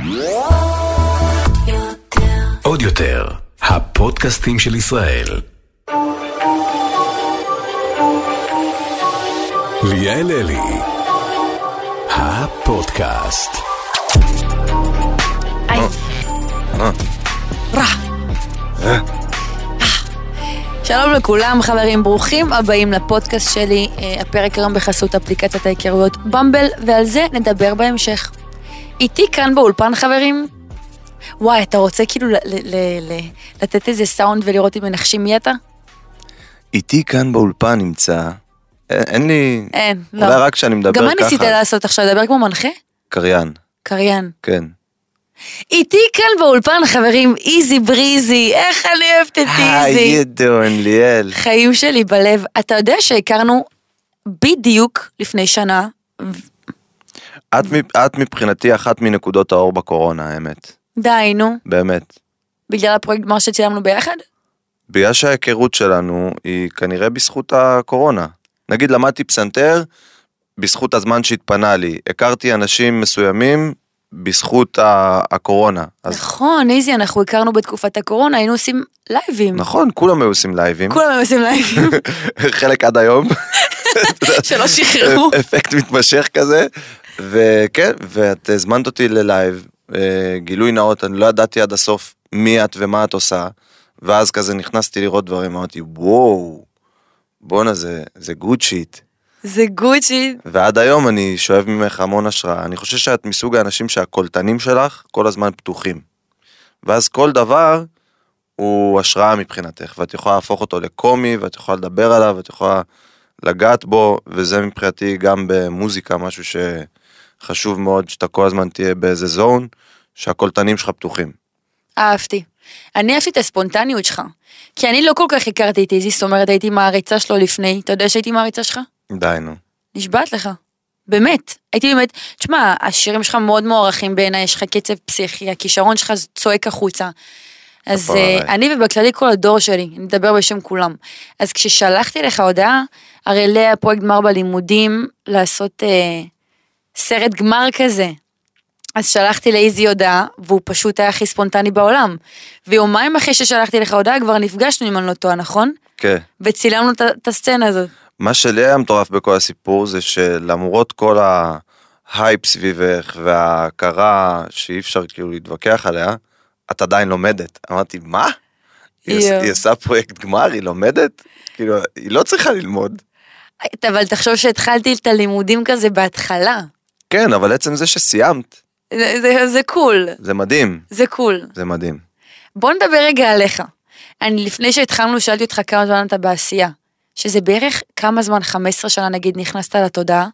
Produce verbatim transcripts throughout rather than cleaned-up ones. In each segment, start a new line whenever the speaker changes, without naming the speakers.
עוד יותר, הפודקאסטים של ישראל. ליאל אלי, הפודקאסט.
היי. רע. שלום לכולם חברים, ברוכים הבאים לפודקאסט שלי. הפרק היום בחסות אפליקציית ההיכרויות במבל, ועל זה נדבר בהמשך. איתי כאן באולפן חברים. וואי, אתה רוצה כאילו לתת איזה סאונד ולראות אם מנחשים מי אתה?
איתי כאן באולפן נמצא, אין לי,
אין, לא.
אולי רק שאני מדבר ככה.
גם מה ניסית לעשות עכשיו, לדבר כמו מנחה?
קריין.
קריין.
כן.
איתי כאן באולפן חברים, איזי בריזי, איך אני אוהבת את איזי.
How you doing, ליאל?
חיים שלי בלב. אתה יודע שהכרנו בדיוק לפני שנה.
את, את מבחינתי אחת מנקודות האור בקורונה, האמת.
די, נו.
באמת.
בגלל הפרויקט מה שצילמנו ביחד?
בגלל שההיכרות שלנו היא כנראה בזכות הקורונה. נגיד למדתי פסנתר, בזכות הזמן שהתפנה לי. הכרתי אנשים מסוימים בזכות הקורונה.
נכון, איזי, אנחנו הכרנו בתקופת הקורונה, היינו עושים לייבים.
נכון, כולם היו עושים לייבים.
כולם היו עושים לייבים.
חלק עד היום.
שלא שחררו.
אפקט מתמשך כזה. וכן, ואת הזמנת אותי ללייב, גילוי נאות, אני לא ידעתי עד הסוף מי את ומה את עושה, ואז כזה נכנסתי לראות דברים, אמרתי, וואו, בונה, זה, זה גוד שיט.
זה גוד שיט.
ועד היום אני שואב ממך המון השראה, אני חושב שאת מסוג האנשים שהקולטנים שלך כל הזמן פתוחים, ואז כל דבר הוא השראה מבחינתך, ואת יכולה להפוך אותו לקומי, ואת יכולה לדבר עליו, ואת יכולה לגעת בו, וזה מבחינתי גם במוזיקה, משהו שחשוב מאוד, שאתה כל הזמן תהיה באיזה זון, שהקולטנים שלך פתוחים.
אהבתי. אני אהבתי את הספונטניות שלך, כי אני לא כל כך הכרתי את איזי, זאת אומרת, הייתי מעריצה שלו לפני, אתה יודע שהייתי מעריצה שלך?
די, נו.
נשבעת לך. באמת. הייתי באמת, תשמע, השירים שלך מאוד מוערכים בעיניי, יש לך קצב פסיכי, הכישרון שלך צועק החוצה. אז אני ובכללי כל הדור שלי, אני מדבר בשם כולם. אז כששלחתי לך הודעה, הרי לי הפרויקט גמר בלימודים, לעשות אה, סרט גמר כזה. אז שלחתי לאיזי הודעה, והוא פשוט היה הכי ספונטני בעולם. ויומיים אחרי ששלחתי לך הודעה, כבר נפגשנו עם אני לא טועה, נכון?
כן.
וצילמנו את הסצנה הזאת.
מה שלי היה מטורף בכל הסיפור, זה שלמרות כל ההייפ סביבך, וההכרה שאי אפשר כאילו להתווכח עליה, את עדיין לומדת. אמרתי, מה? היא עושה פרויקט גמר, היא לומדת? כאילו, היא לא צריכה ללמוד.
אבל תחשוב שהתחלתי את הלימודים כזה בהתחלה.
כן, אבל עצם זה שסיימת.
זה, זה, זה קול.
זה מדהים.
זה קול.
זה מדהים.
בוא נדבר רגע עליך. אני לפני שהתחלנו שאלתי אותך כמה זמן אתה בעשייה. שזה בערך כמה זמן, חמש עשרה שנה נגיד, נכנסת לתודעה?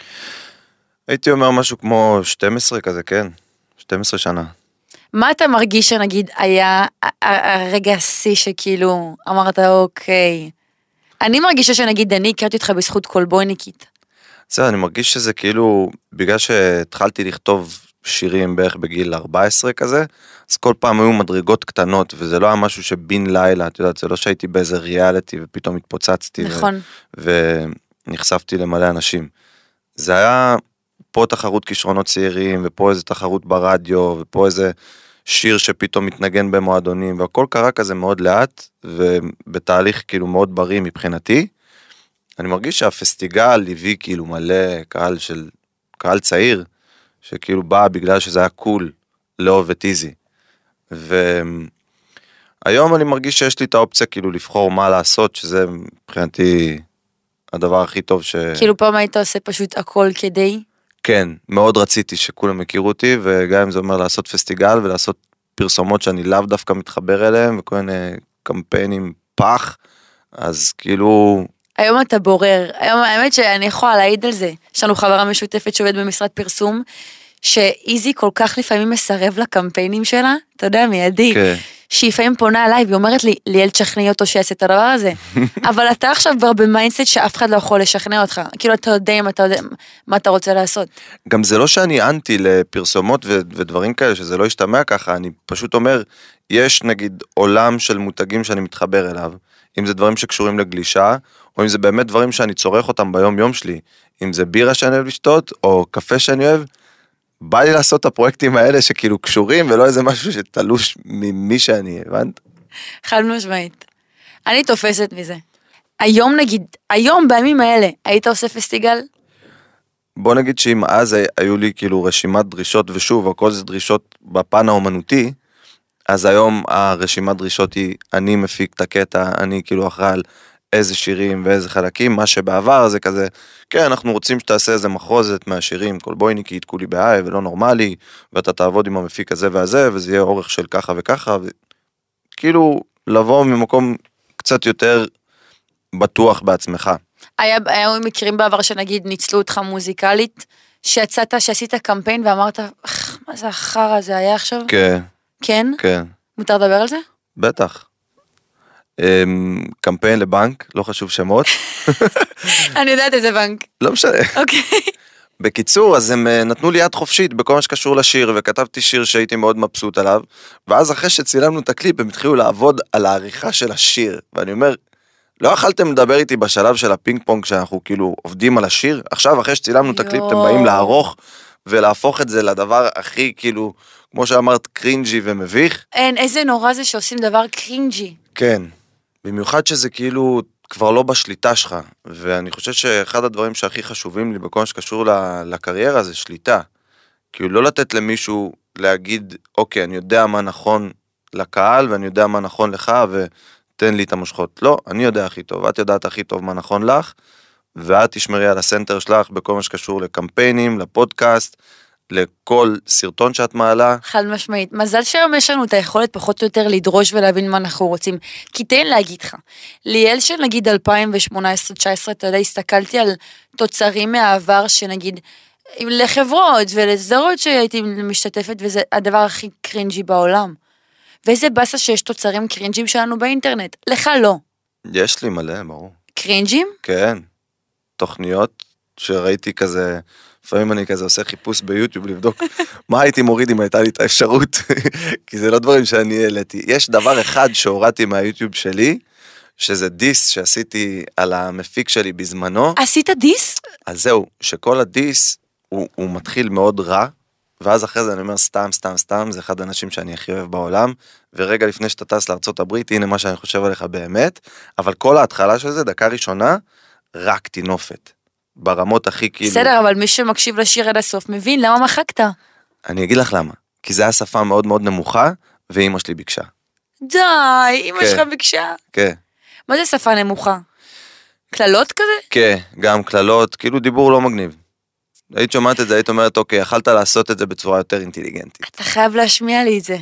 הייתי אומר משהו כמו שתים עשרה כזה, כן. שתים עשרה שנה.
מה אתה מרגיש שנגיד היה הרגע השיא שכאילו אמרת אוקיי. אני מרגישה שנגיד אני הכרתי אותך בזכות קולבויניקית.
בסדר, אני מרגיש שזה כאילו, בגלל שהתחלתי לכתוב שירים בערך בגיל ארבע עשרה כזה, אז כל פעם היו מדרגות קטנות, וזה לא היה משהו שבין לילה, את יודעת, זה לא שהייתי באיזה ריאליטי, ופתאום התפוצצתי,
נכון.
ו... ונחשפתי למלא אנשים. זה היה פה תחרות כישרונות צעירים, ופה איזה תחרות ברדיו, ופה איזה שיר שפתאום מתנגן במועדונים, והכל קרה כזה מאוד לאט, ובתהליך כאילו מאוד בריא מבחינתי. אני מרגיש שהפסטיגל הביא כאילו מלא קהל של, קהל צעיר, שכאילו בא בגלל שזה היה קול, לאהוב את איזי. והיום אני מרגיש שיש לי את האופציה כאילו לבחור מה לעשות, שזה מבחינתי הדבר הכי טוב ש...
כאילו פעם היית עושה פשוט הכל כדי?
כן, מאוד רציתי שכולם יכירו אותי, וגם אם זה אומר לעשות פסטיגל ולעשות פרסומות שאני לאו דווקא מתחבר אליהם, וכל מיני קמפיינים פח, אז כאילו...
היום אתה בורר, היום האמת שאני יכולה להעיד על זה, יש לנו חברה משותפת שעובד במשרד פרסום, שאיזי כל כך לפעמים מסרב לקמפיינים שלה, אתה יודע, מיידי,
כן.
שהיא לפעמים פונה עליי, והיא אומרת לי, ליאל תשכנעי אותו שיעשה את הדבר הזה, אבל אתה עכשיו כבר במיינדסט שאף אחד לא יכול לשכנע אותך, כאילו אתה יודע אם אתה יודע מה אתה רוצה לעשות.
גם זה לא שאני אנטי לפרסומות ודברים כאלה, שזה לא ישתמע ככה, אני פשוט אומר, יש נגיד עולם של מותגים שאני מתחבר אליו, אם זה דברים שקשורים לגלישה, או אם זה באמת דברים שאני צורך אותם ביום יום שלי, אם זה בירה שאני אוהב לשתות, או קפה שאני אוהב, בא לי לעשות את הפרויקטים האלה שכאילו קשורים, ולא איזה משהו שתלוש ממי שאני, הבנת?
חד משמעית. אני תופסת מזה. היום נגיד, היום בימים האלה, היית עושה פסטיגל?
בוא נגיד שאם אז היו לי כאילו רשימת דרישות, ושוב, הכל זה דרישות בפן האומנותי, אז היום הרשימת דרישות היא, אני מפיק את הקטע, אני כאילו אחראי על איזה שירים ואיזה חלקים, מה שבעבר זה כזה, כן, אנחנו רוצים שתעשה איזה מחרוזת מהשירים, כל בויניקי יתקו לי בהיי ולא נורמלי, ואתה תעבוד עם המפיק הזה והזה, וזה יהיה אורך של ככה וככה, וכאילו לבוא ממקום קצת יותר בטוח בעצמך.
היה, היו מקרים בעבר שנגיד ניצלו אותך מוזיקלית, שיצאת, שעשית קמפיין ואמרת, מה זה החרא הזה היה עכשיו?
כן.
כן?
כן.
מותר לדבר על זה?
בטח. קמפיין לבנק, לא חשוב שמות.
אני יודעת איזה בנק.
לא משנה.
אוקיי.
בקיצור, אז הם נתנו לי יד חופשית בכל מה שקשור לשיר, וכתבתי שיר שהייתי מאוד מבסוט עליו, ואז אחרי שצילמנו את הקליפ, הם התחילו לעבוד על העריכה של השיר, ואני אומר, לא יכלתם לדבר איתי בשלב של הפינג פונג, שאנחנו כאילו עובדים על השיר, עכשיו אחרי שצילמנו את הקליפ, אתם באים לערוך, ולהפוך את זה לדבר הכי כאילו, כמו שאמרת, קרינג'י ומביך.
אין, איזה נורא זה שעושים דבר קרינג'י.
כן, במיוחד שזה כאילו כבר לא בשליטה שלך, ואני חושב שאחד הדברים שהכי חשובים לי בכל מה שקשור לקריירה זה שליטה. כאילו לא לתת למישהו להגיד, אוקיי, אני יודע מה נכון לקהל, ואני יודע מה נכון לך, ותן לי את המשכות. לא, אני יודע הכי טוב, את יודעת הכי טוב מה נכון לך, ואת תשמרי על הסנטר שלך בכל מה שקשור לקמפיינים, לפודקאסט, לכל סרטון שאת מעלה.
חד משמעית. מזל שהיום יש לנו את היכולת פחות או יותר לדרוש ולהבין מה אנחנו רוצים. כי תן להגיד לך, ליאל של נגיד אלפיים שמונה עשרה תשע עשרה, אתה יודע, הסתכלתי על תוצרים מהעבר שנגיד, לחברות ולסדרות שהייתי משתתפת, וזה הדבר הכי קרינג'י בעולם. ואיזה בסה שיש תוצרים קרינג'ים שלנו באינטרנט. לך לא.
יש לי מלא, ברור.
קרינג'ים?
כן. תוכניות שראיתי כזה, לפעמים אני כזה עושה חיפוש ביוטיוב לבדוק מה הייתי מוריד אם הייתה לי את האפשרות, כי זה לא דברים שאני העליתי. יש דבר אחד שהורדתי מהיוטיוב שלי, שזה דיס שעשיתי על המפיק שלי בזמנו.
עשית דיס?
אז זהו, שכל הדיס הוא, הוא מתחיל מאוד רע, ואז אחרי זה אני אומר סתם, סתם, סתם, זה אחד האנשים שאני הכי אוהב בעולם, ורגע לפני שאתה טס לארצות הברית, הנה מה שאני חושב עליך באמת, אבל כל ההתחלה של זה, דקה ראשונה, רק תינופת. ברמות הכי כאילו...
בסדר, אבל מי שמקשיב לשיר עד הסוף מבין למה מחקת.
אני אגיד לך למה. כי זה היה שפה מאוד מאוד נמוכה, ואימא שלי ביקשה.
די, אימא
כן.
שלך ביקשה.
כן.
מה זה שפה נמוכה? כללות כזה?
כן, גם כללות, כאילו דיבור לא מגניב. היית שומעת את זה, היית אומרת, אוקיי, יכלת לעשות את זה בצורה יותר אינטליגנטית.
אתה חייב להשמיע לי את זה.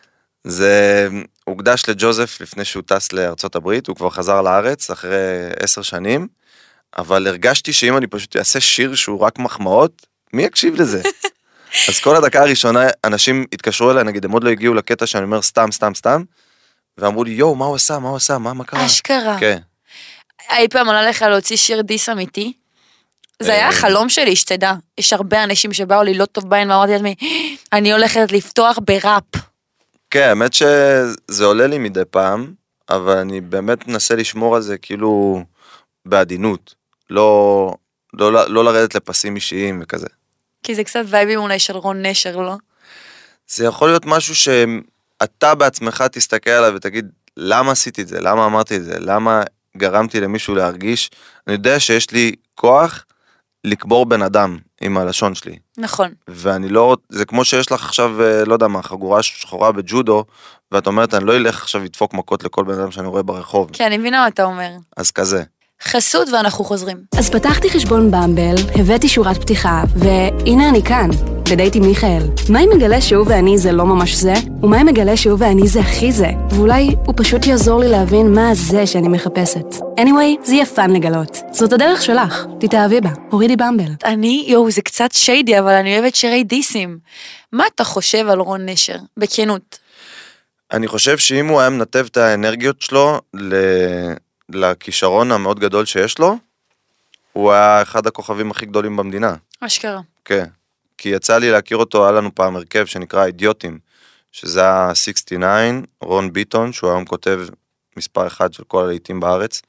זה הוקדש לג'וזף לפני שהוא טס לארצות הברית, הוא כבר חזר לארץ אחרי עשר שנים, אבל הרגשתי שאם אני פשוט אעשה שיר שהוא רק מחמאות, מי יקשיב לזה? אז כל הדקה הראשונה, אנשים התקשרו אליי, נגיד, הם עוד לא הגיעו לקטע שאני אומר סתם, סתם, סתם, ואמרו לי, יואו, מה הוא עשה, מה הוא עשה, מה, מה קרה?
אשכרה.
כן.
אי פעם עולה לך להוציא שיר דיס אמיתי? זה היה החלום שלי, שתדע. יש הרבה אנשים שבאו לי לא טוב בהן, ואמרתי לעצמי, אני הולכת לפתוח בראפ.
כן, האמת שזה עולה לי מדי פעם, אבל אני באמת מנסה לשמור על זה כאילו בעדינות, לא, לא, לא לרדת לפסים אישיים וכזה.
כי זה קצת וייבים אולי של רון נשר, לא?
זה יכול להיות משהו שאתה בעצמך תסתכל עליו ותגיד, למה עשיתי את זה? למה אמרתי את זה? למה גרמתי למישהו להרגיש? אני יודע שיש לי כוח לקבור בן אדם עם הלשון שלי.
נכון.
ואני לא, זה כמו שיש לך עכשיו, לא יודע מה, חגורה שחורה בג'ודו, ואת אומרת, אני לא אלך עכשיו לדפוק מכות לכל בן אדם שאני רואה ברחוב.
כן, אני מבינה מה אתה אומר.
אז כזה.
חסות ואנחנו חוזרים.
אז פתחתי חשבון במבל, הבאתי שורת פתיחה, והנה אני כאן, בדייט עם מיכאל. מה אם מגלה שהוא ואני זה לא ממש זה? ומה אם מגלה שהוא ואני זה הכי זה? ואולי הוא פשוט יעזור לי להבין מה זה שאני מחפשת. anyway, זה יהיה פן לגלות. זאת הדרך שלך, תתאהבי בה, הורידי במבל.
אני, יואו, זה קצת שיידי, אבל אני אוהבת שירי דיסים. מה אתה חושב על רון נשר? בכנות.
אני חושב שאם הוא היה מנתב את האנרגיות שלו ל... לכישרון המאוד גדול שיש לו, הוא היה אחד הכוכבים הכי גדולים במדינה.
אשכרה.
כן, כי יצא לי להכיר אותו, היה לנו פעם הרכב שנקרא אידיוטים, שזה היה תשעים ותשע, רון ביטון, שהוא היום כותב מספר אחד של כל הלהיטים בארץ,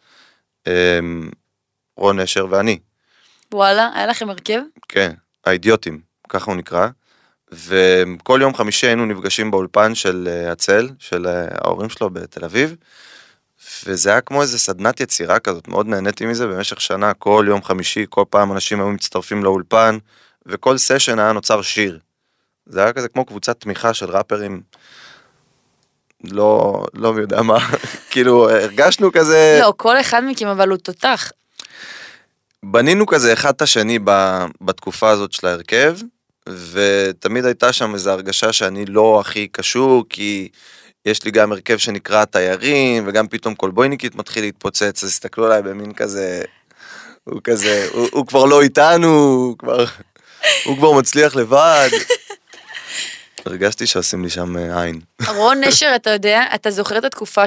רון נשר ואני.
וואלה, היה לכם הרכב?
כן, האידיוטים, ככה הוא נקרא, וכל יום חמישי היינו נפגשים באולפן של הצל, של ההורים שלו בתל אביב, וזה היה כמו איזה סדנת יצירה כזאת, מאוד נהניתי מזה במשך שנה, כל יום חמישי, כל פעם אנשים היו מצטרפים לאולפן, וכל סשן היה נוצר שיר. זה היה כזה כמו קבוצת תמיכה של ראפרים, לא, לא יודע מה, כאילו הרגשנו כזה...
לא, כל אחד מכם אבל הוא תותח.
בנינו כזה אחד את השני בתקופה הזאת של ההרכב, ותמיד הייתה שם איזו הרגשה שאני לא הכי קשור, כי יש לי גם הרכב שנקרא תיירים, וגם פתאום קולבויניקית מתחיל להתפוצץ, אז הסתכלו עליי במין כזה, הוא כזה, הוא, הוא כבר לא איתנו, הוא כבר, הוא כבר מצליח לבד. הרגשתי שעושים לי שם עין.
רון נשר, אתה יודע, אתה זוכר את התקופה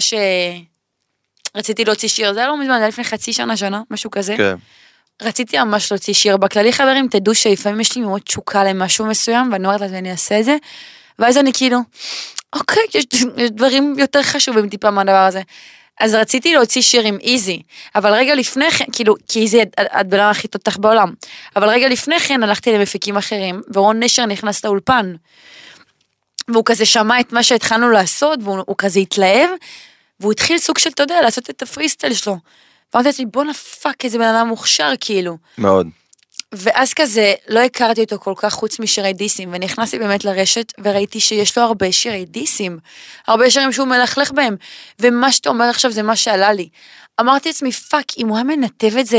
שרציתי להוציא שיר, זה היה לא מזמן, זה היה לפני חצי שנה, שנה, משהו כזה.
כן.
רציתי ממש להוציא שיר, בכללי חברים, תדעו שלפעמים יש לי מאוד תשוקה למשהו מסוים, ואני אומרת לה, ואני אעשה את זה, ואז אני כאילו, אוקיי, יש, יש דברים יותר חשובים טיפה מהדבר הזה. אז רציתי להוציא שיר עם איזי, אבל רגע לפני כן, כאילו, כי איזי את בלם הכי תותח בעולם, אבל רגע לפני כן הלכתי למפיקים אחרים, ורון נשר נכנס לאולפן, והוא כזה שמע את מה שהתחלנו לעשות, והוא כזה התלהב, והוא התחיל סוג של, אתה יודע, לעשות את הפריסטייל שלו. ואמרתי לעצמי, בוא נפק, איזה בן אדם מוכשר, כאילו.
מאוד.
ואז כזה, לא הכרתי אותו כל כך חוץ משירי דיסים, ונכנסתי באמת לרשת, וראיתי שיש לו הרבה שירי דיסים, הרבה שירים שהוא מלכלך בהם, ומה שאתה אומר עכשיו זה מה שעלה לי. אמרתי לעצמי, פאק, אם הוא היה מנתב את זה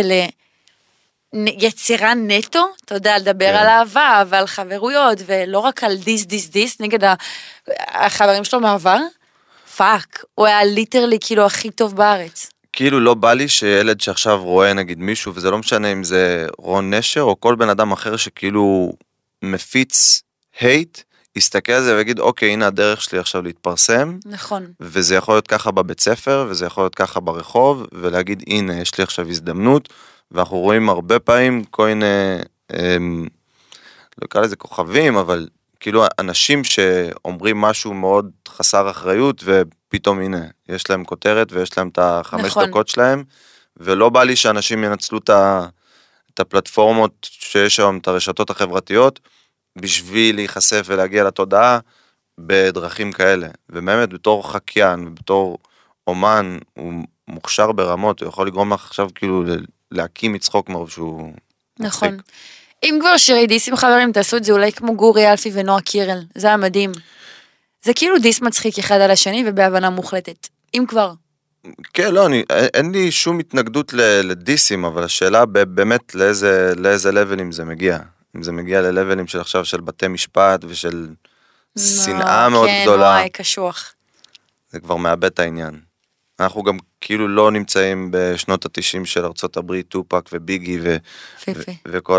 ליצירה נטו, אתה יודע, לדבר על אהבה, ועל חברויות, ולא רק על דיס, דיס, דיס, נגד החברים שלו מעבר, פאק, הוא היה ליטרלי כאילו הכי טוב בארץ.
כאילו לא בא לי שילד שעכשיו רואה נגיד מישהו, וזה לא משנה אם זה רון נשר, או כל בן אדם אחר שכאילו מפיץ הייט, יסתכל על זה ויגיד, אוקיי, הנה הדרך שלי עכשיו להתפרסם.
נכון.
וזה יכול להיות ככה בבית ספר, וזה יכול להיות ככה ברחוב, ולהגיד, הנה, יש לי עכשיו הזדמנות, ואנחנו רואים הרבה פעמים כל מיני, אמ, לא קרא לזה כוכבים, אבל כאילו אנשים שאומרים משהו מאוד חסר אחריות, ופתאום הנה, יש להם כותרת, ויש להם את החמש
נכון.
דקות שלהם, ולא בא לי שאנשים ינצלו את, ה, את הפלטפורמות שיש שם, את הרשתות החברתיות, בשביל להיחשף ולהגיע לתודעה, בדרכים כאלה. ובאמת, בתור חקיין, ובתור אומן, הוא מוכשר ברמות, הוא יכול לגרום לך עכשיו כאילו להקים מצחוק מרוב שהוא
נכון.
מצחיק.
אם כבר שירי דיסים חברים, תעשו את זה אולי כמו גורי אלפי ונועה קירל, זה היה מדהים. זה כאילו דיס מצחיק אחד על השני ובהבנה מוחלטת. אם כבר.
כן, לא, אני, אין לי שום התנגדות לדיסים, אבל השאלה באמת לאיזה, לאיזה לבלים זה מגיע. אם זה מגיע ללבלים של עכשיו של בתי משפט ושל שנאה מאוד גדולה.
כן, וואי, קשוח.
זה כבר מאבד את העניין. אנחנו גם כאילו לא נמצאים בשנות התשעים של ארצות הברית, טופק וביגי ו- ו- וכל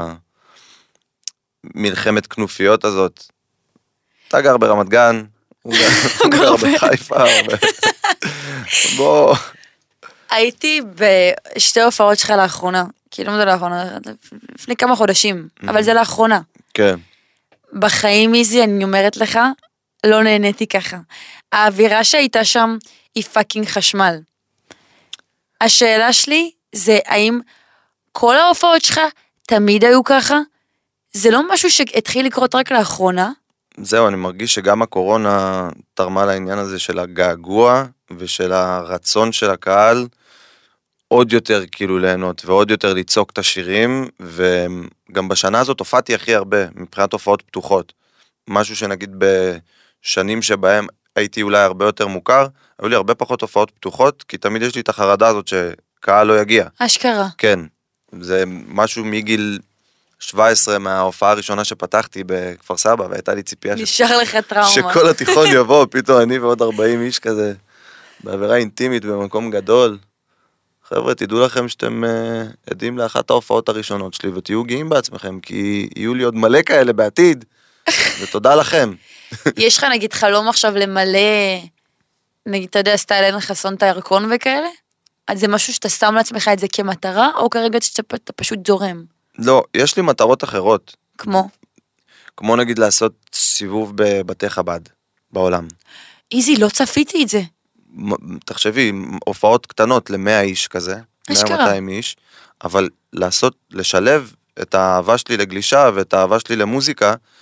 המלחמת כנופיות הזאת. אתה גר ברמת גן, הוא גר בחיפה. בוא.
הייתי בשתי הופעות שלך לאחרונה, כאילו זה לאחרונה, לפני כמה חודשים, אבל זה לאחרונה.
כן.
בחיים איזי, אני אומרת לך, לא נהניתי ככה. האווירה שהייתה שם היא פאקינג חשמל. השאלה שלי זה האם כל ההופעות שלך תמיד היו ככה? זה לא משהו שהתחיל לקרות רק לאחרונה?
זהו, אני מרגיש שגם הקורונה תרמה לעניין הזה של הגעגוע ושל הרצון של הקהל עוד יותר כאילו ליהנות ועוד יותר ליצוק את השירים, וגם בשנה הזאת הופעתי הכי הרבה מבחינת הופעות פתוחות. משהו שנגיד בשנים שבהם הייתי אולי הרבה יותר מוכר, היו לי הרבה פחות הופעות פתוחות, כי תמיד יש לי את החרדה הזאת שקהל לא יגיע.
אשכרה.
כן, זה משהו מגיל שבע עשרה מההופעה הראשונה שפתחתי בכפר סבא, והייתה לי ציפייה
נשאר לך טראומה.
שכל התיכון יבוא, פתאום אני ועוד ארבעים איש כזה, בעבירה אינטימית במקום גדול. חבר'ה, תדעו לכם שאתם uh, עדים לאחת ההופעות הראשונות שלי, ותהיו גאים בעצמכם, כי יהיו לי עוד מלא כאלה בעתיד, ותודה לכם.
יש לך נגיד חלום עכשיו למלא, נגיד, אתה יודע, סטייל אין חסון את הירקון וכאלה? אז זה משהו שאתה שם לעצמך את זה כמטרה, או כרגע שאתה פשוט זורם?
לא, יש לי מטרות אחרות.
כמו?
כמו נגיד לעשות סיבוב בבתי חב"ד, בעולם.
איזי, לא צפיתי את זה.
תחשבי, הופעות קטנות למאה איש כזה, מאה מאתיים איש, אבל לעשות, לשלב את האהבה שלי לגלישה ואת האהבה שלי למוזיקה,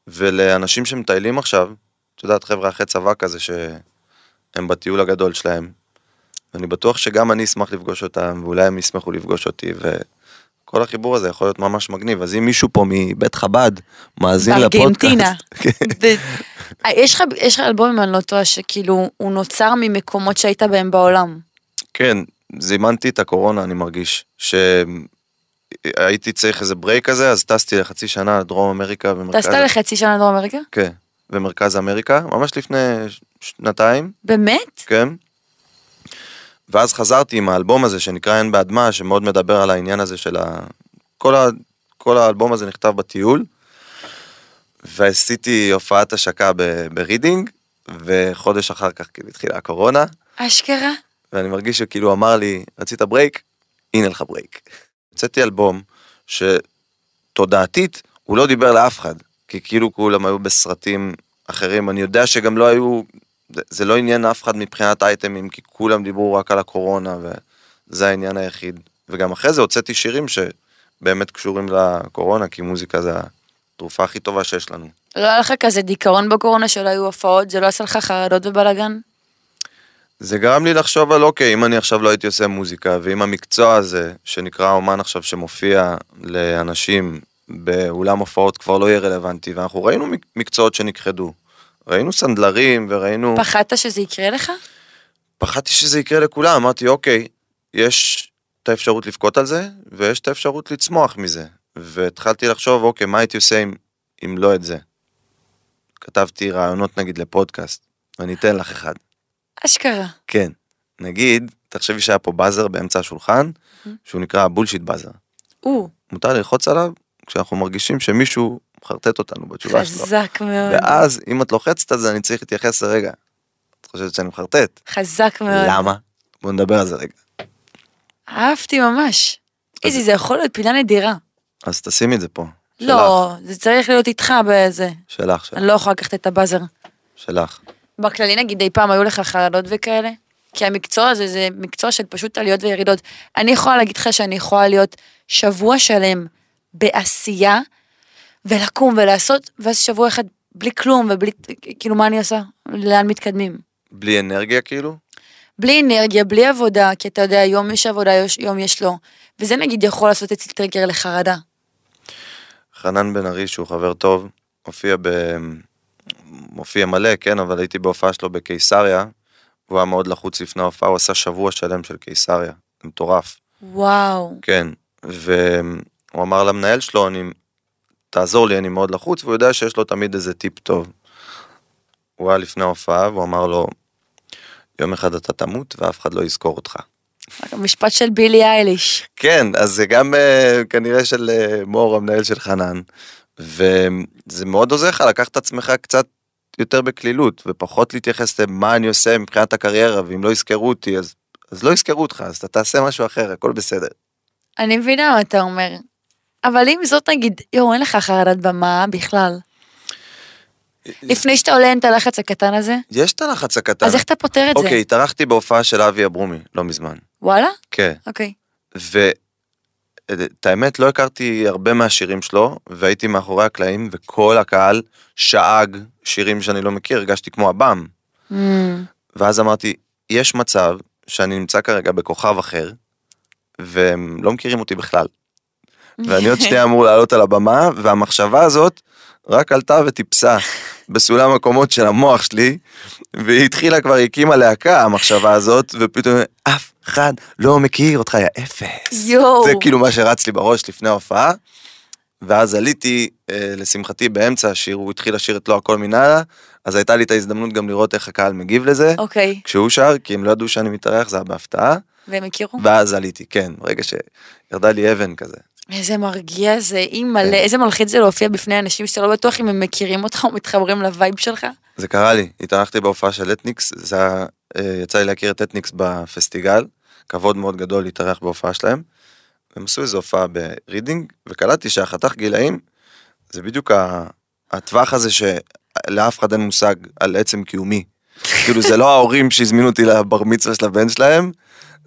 ולאנשים שמטיילים עכשיו, את יודעת, חבר'ה אחרי צבא כזה, שהם בטיול הגדול שלהם, ואני בטוח שגם אני אשמח לפגוש אותם, ואולי הם ישמחו לפגוש אותי, וכל החיבור הזה יכול להיות ממש מגניב. אז אם מישהו פה מבית חב"ד מאזין
בארגנטינה. יש לך, יש לך אלבום עם אני לא טועה, שכאילו הוא נוצר ממקומות שהיית בהם בעולם.
כן, זימנתי את הקורונה, אני מרגיש, שהייתי צריך איזה ברייק כזה, אז טסתי לחצי שנה לדרום אמריקה.
טסת לחצי שנה לדרום אמריקה?
כן, במרכז אמריקה, ממש לפני שנתיים.
באמת?
כן. ואז חזרתי עם האלבום הזה שנקרא אין באדמה, שמאוד מדבר על העניין הזה של ה... כל, ה... כל האלבום הזה נכתב בטיול, ועשיתי הופעת השקה ב... ברידינג, וחודש אחר כך כאילו התחילה הקורונה.
אשכרה?
ואני מרגיש שכאילו אמר לי, רצית ברייק? הנה לך ברייק. יצאתי אלבום שתודעתית הוא לא דיבר לאף אחד, כי כאילו כולם היו בסרטים אחרים, אני יודע שגם לא היו... זה לא עניין אף אחד מבחינת אייטמים, כי כולם דיברו רק על הקורונה, וזה העניין היחיד. וגם אחרי זה הוצאתי שירים שבאמת קשורים לקורונה, כי מוזיקה זה התרופה הכי טובה שיש לנו.
לא היה לך כזה דיכאון בקורונה שלא היו הופעות, זה לא עשה לך חרדות ובלגן?
זה גרם לי לחשוב על אוקיי, אם אני עכשיו לא הייתי עושה מוזיקה, ואם המקצוע הזה, שנקרא אומן עכשיו, שמופיע לאנשים באולם הופעות כבר לא יהיה רלוונטי, ואנחנו ראינו מקצועות שנכחדו. ראינו סנדלרים וראינו...
פחדת שזה יקרה לך?
פחדתי שזה יקרה לכולם, אמרתי אוקיי, יש את האפשרות לבכות על זה, ויש את האפשרות לצמוח מזה, והתחלתי לחשוב אוקיי, מה הייתי עושה אם, אם לא את זה? כתבתי רעיונות נגיד לפודקאסט, ואני אתן לך אחד.
אשכרה.
כן, נגיד, תחשבי שהיה פה בזר באמצע השולחן, שהוא נקרא בולשיט בזר.
או.
מותר ללחוץ עליו, כשאנחנו מרגישים שמישהו מחרטט אותנו בתשובה שלו.
חזק מאוד.
ואז, אם את לוחצת על זה, אני צריך להתייחס לרגע. את חושבת שאני מחרטט?
חזק מאוד.
למה? בוא נדבר על זה רגע.
אהבתי ממש. איזי, זה יכול להיות פינה נדירה.
אז תשימי את זה פה.
לא, זה צריך להיות איתך באיזה.
שלך, שלך.
אני לא יכולה לקחת את הבאזר.
שלך.
בכללי נגיד, אי פעם היו לך חרדות וכאלה? כי המקצוע הזה זה מקצוע של פשוט עליות וירידות. אני יכולה להגיד לך שאני יכולה להיות שבוע שלם בעשייה, ולקום ולעשות, ואז שבוע אחד בלי כלום, ובלי, כאילו מה אני עושה? לאן מתקדמים?
בלי אנרגיה כאילו?
בלי אנרגיה, בלי עבודה, כי אתה יודע, יום יש עבודה, יום יש לו, וזה נגיד יכול לעשות אצל טריגר לחרדה.
חנן בן ארי, שהוא חבר טוב, הופיע ב... מופיע מלא, כן, אבל הייתי בהופעה שלו בקיסריה, הוא היה מאוד לחוץ לפני ההופעה, הוא עשה שבוע שלם של קיסריה, זה מטורף.
וואו.
כן, והוא אמר למנהל שלו, אני... תעזור לי, אני מאוד לחוץ, והוא יודע שיש לו תמיד איזה טיפ טוב. הוא היה לפני ההופעה, והוא אמר לו, יום אחד אתה תמות, ואף אחד לא יזכור אותך.
המשפט של בילי אייליש.
כן, אז זה גם uh, כנראה של uh, מור, המנהל של חנן, וזה מאוד עוזר לך, לקח את עצמך קצת יותר בכלילות, ופחות להתייחס למה אני עושה מבחינת הקריירה, ואם לא יזכרו אותי, אז, אז לא יזכרו אותך, אז אתה תעשה משהו אחר, הכל בסדר.
אני מבינה מה אתה אומר. אבל אם זאת נגיד, יו, אין לך חרדת במה בכלל. לפני שאתה עולה אין את הלחץ הקטן הזה?
יש את הלחץ הקטן.
אז איך אתה פותר את זה?
אוקיי, התארחתי בהופעה של אבי אברומי, לא מזמן.
וואלה?
כן.
אוקיי.
ואת האמת, לא הכרתי הרבה מהשירים שלו, והייתי מאחורי הקלעים, וכל הקהל שאג שירים שאני לא מכיר, הרגשתי כמו הבם.
Mm.
ואז אמרתי, יש מצב שאני נמצא כרגע בכוכב אחר, והם לא מכירים אותי בכלל. ואני עוד שנייה אמור לעלות על הבמה, והמחשבה הזאת רק עלתה וטיפסה בסולם הקומות של המוח שלי, והיא התחילה כבר, הקימה להקה המחשבה הזאת, ופתאום אף אחד לא מכיר אותך, יא אפס.
יו.
זה כאילו מה שרץ לי בראש לפני ההופעה, ואז עליתי, אה, לשמחתי באמצע השיר, הוא התחיל לשיר את לא הכל מנהלה, אז הייתה לי את ההזדמנות גם לראות איך הקהל מגיב לזה,
אוקיי.
כשהוא שר, כי הם לא ידעו שאני מתארח, זה היה בהפתעה.
והם הכירו?
ואז עליתי, כן, ברגע שירדה לי אבן כזה.
איזה מרגיע זה, מלא, איזה מלחיץ זה להופיע בפני אנשים שאתה לא בטוח אם הם מכירים אותך או מתחברים לווייב שלך.
זה קרה לי, התארחתי בהופעה של אתניקס, זה היה, יצא לי להכיר את אתניקס בפסטיגל, כבוד מאוד גדול להתארח בהופעה שלהם, והם עשו איזו הופעה ברידינג, וקלטתי שהחתך גילאים, זה בדיוק הטווח הזה שלאף אחד אין מושג על עצם קיומי. כאילו זה לא ההורים שהזמינו אותי לבר מצווה של הבן שלהם,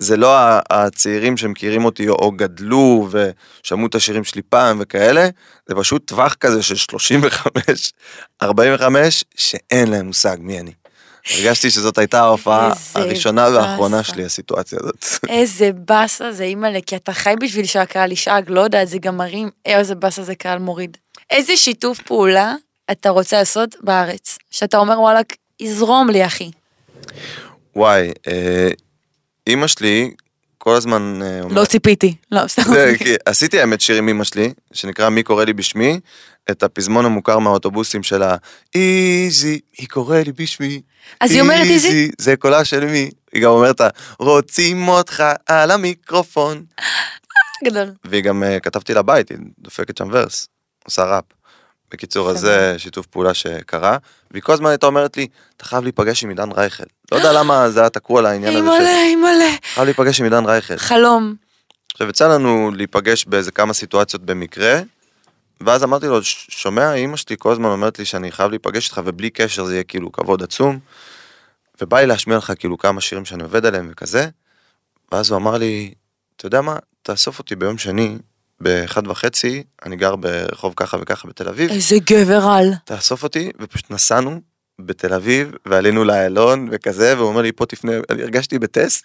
זה לא הצעירים שמכירים אותי או גדלו ושמעו את השירים שלי פעם וכאלה, זה פשוט טווח כזה של שלושים וחמש, ארבעים וחמש, שאין להם מושג מי אני. הרגשתי שזאת הייתה ההופעה הראשונה והאחרונה שלי, הסיטואציה הזאת.
איזה בסה זה, אימא'לה, כי אתה חי בשביל שהקהל ישאג, לא יודעת, זה גם מרים, איזה בסה זה קהל מוריד. איזה שיתוף פעולה אתה רוצה לעשות בארץ? שאתה אומר, וואלה, יזרום לי, אחי.
וואי, אמא שלי כל הזמן...
לא ציפיתי, לא, סתם.
עשיתי האמת שיר עם אמא שלי, שנקרא מי קורא לי בשמי, את הפזמון המוכר מהאוטובוסים שלה, איזי, מי קורא לי בשמי.
אז היא אומרת איזי?
זה קולה של מי. היא גם אומרת, רוצים אותך על המיקרופון.
גדול.
והיא גם כתבתי לה בית, היא דופקת שם ורס, עושה ראפ. בקיצור, אז זה שיתוף פעולה שקרה, והיא כל הזמן הייתה אומרת לי, אתה חייב להיפגש עם עידן רייכל. לא יודע למה זה היה תקוע על העניין הזה.
אימא'לה, אימא'לה.
חייב להיפגש עם עידן רייכל.
חלום.
עכשיו, יצא לנו להיפגש באיזה כמה סיטואציות במקרה, ואז אמרתי לו, שומע, אמא שלי כל הזמן אומרת לי שאני חייב להיפגש איתך, ובלי קשר זה יהיה כאילו כבוד עצום, ובא לי להשמיע לך כאילו כמה שירים שאני עובד עליהם וכזה, ואז הוא אמר לי, אתה יודע מה, תאסוף אותי ביום שני, באחד וחצי, אני גר ברחוב ככה וככה בתל אביב.
איזה גבר על.
תאסוף אותי, ופשוט נסענו בתל אביב, ועלינו לאלון וכזה, והוא אומר לי, פה תפנה, אני הרגשתי בטסט.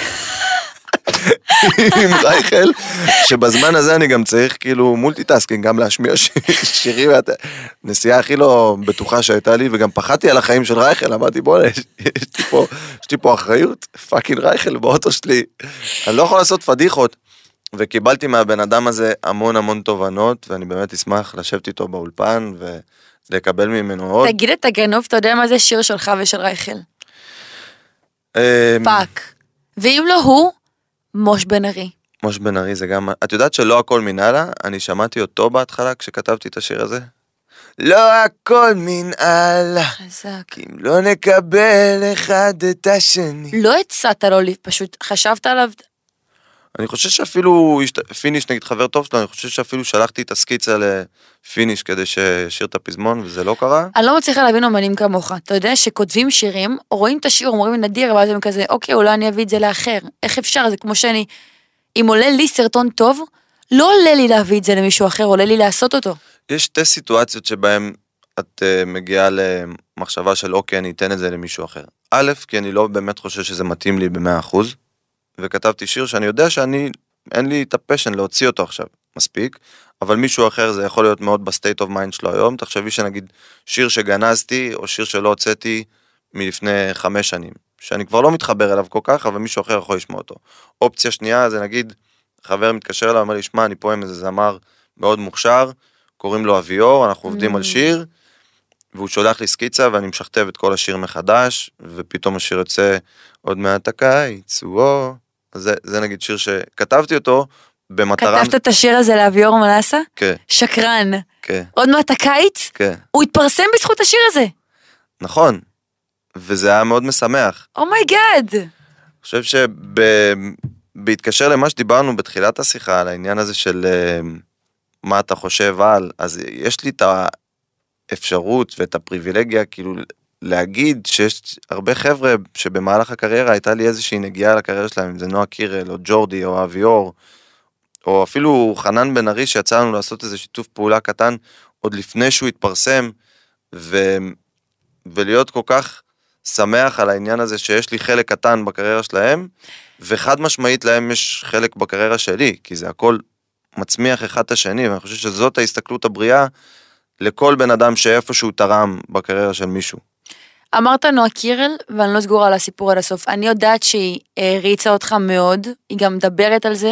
עם רייכל, שבזמן הזה אני גם צריך כאילו מולטיטאסקינג, גם להשמיע שירים, נסיעה הכי לא בטוחה שהייתה לי, וגם פחדתי על החיים של רייכל, אמרתי בוא, יש לי פה אחריות, פאקינג רייכל באוטו שלי, אני לא יכול לעשות פדיחות, וקיבלתי מהבן אדם הזה המון המון תובנות, ואני באמת אשמח לשבת איתו באולפן, ולקבל ממנו עוד.
תגיד את הגנוב, אתה יודע מה זה שיר שלך ושל רייכל? פאק. ואם לא הוא, מוש בן ארי.
מוש בן ארי זה גם... את יודעת שלא הכל מנהלה? אני שמעתי אותו בהתחלה כשכתבתי את השיר הזה. לא הכל מנהלה.
חזק.
אם לא נקבל אחד את השני.
לא הצעת לו, פשוט חשבת עליו...
אני חושב שאפילו, פיניש נגיד חבר טוב שלו, אני חושב שאפילו שלחתי את הסקיצה לפיניש כדי שישיר את הפזמון, וזה לא קרה.
אני לא מצליחה להבין אומנים כמוך. אתה יודע שכותבים שירים, רואים את השיר, אומרים נדיר, ואז הם כזה, אוקיי, אולי אני אביא את זה לאחר. איך אפשר? זה כמו שאני, אם עולה לי סרטון טוב, לא עולה לי להביא את זה למישהו אחר, עולה לי לעשות אותו.
יש שתי סיטואציות שבהן את uh, מגיעה למחשבה של אוקיי, אני אתן את זה למישהו אחר. א', כי אני לא באמת חושב שזה מתאים לי ב-מאה אחוז. וכתבתי שיר שאני יודע שאני, אין לי את הפשן להוציא אותו עכשיו, מספיק, אבל מישהו אחר זה יכול להיות מאוד בסטייט אוף מיינד שלו היום, תחשבי שנגיד שיר שגנזתי, או שיר שלא הוצאתי מלפני חמש שנים, שאני כבר לא מתחבר אליו כל כך, אבל מישהו אחר יכול לשמוע אותו. אופציה שנייה זה נגיד, חבר מתקשר אליו, אומר לי, שמע, אני פה עם איזה זמר מאוד מוכשר, קוראים לו אביור, אנחנו עובדים mm. על שיר, והוא שולח לי סקיצה, ואני משכתב את כל השיר מחדש, ופתאום השיר יוצא עוד מעט הקיץ, וואו, זה, זה נגיד שיר שכתבתי אותו במטרה...
כתבת את השיר הזה לאביור מלאסה?
כן.
שקרן.
כן.
עוד מעט הקיץ?
כן.
הוא התפרסם בזכות השיר הזה.
נכון. וזה היה מאוד משמח.
אומייגאד.
אני חושב שבהתקשר למה שדיברנו בתחילת השיחה, על העניין הזה של מה אתה חושב על, אז יש לי את האפשרות ואת הפריבילגיה, כאילו... להגיד שיש הרבה חבר'ה שבמהלך הקריירה הייתה לי איזושהי נגיעה לקריירה שלהם, אם זה נועה קירל או ג'ורדי או אביור, או אפילו חנן בן ארי שיצא לנו לעשות איזה שיתוף פעולה קטן עוד לפני שהוא התפרסם, ו... ולהיות כל כך שמח על העניין הזה שיש לי חלק קטן בקריירה שלהם, וחד משמעית להם יש חלק בקריירה שלי, כי זה הכל מצמיח אחד את השני, ואני חושב שזאת ההסתכלות הבריאה לכל בן אדם שאיפשהו תרם בקריירה של מישהו.
אמרת נועה קירל, ואני לא סגורה על הסיפור עד הסוף. אני יודעת שהיא הריצה אותך מאוד, היא גם מדברת על זה,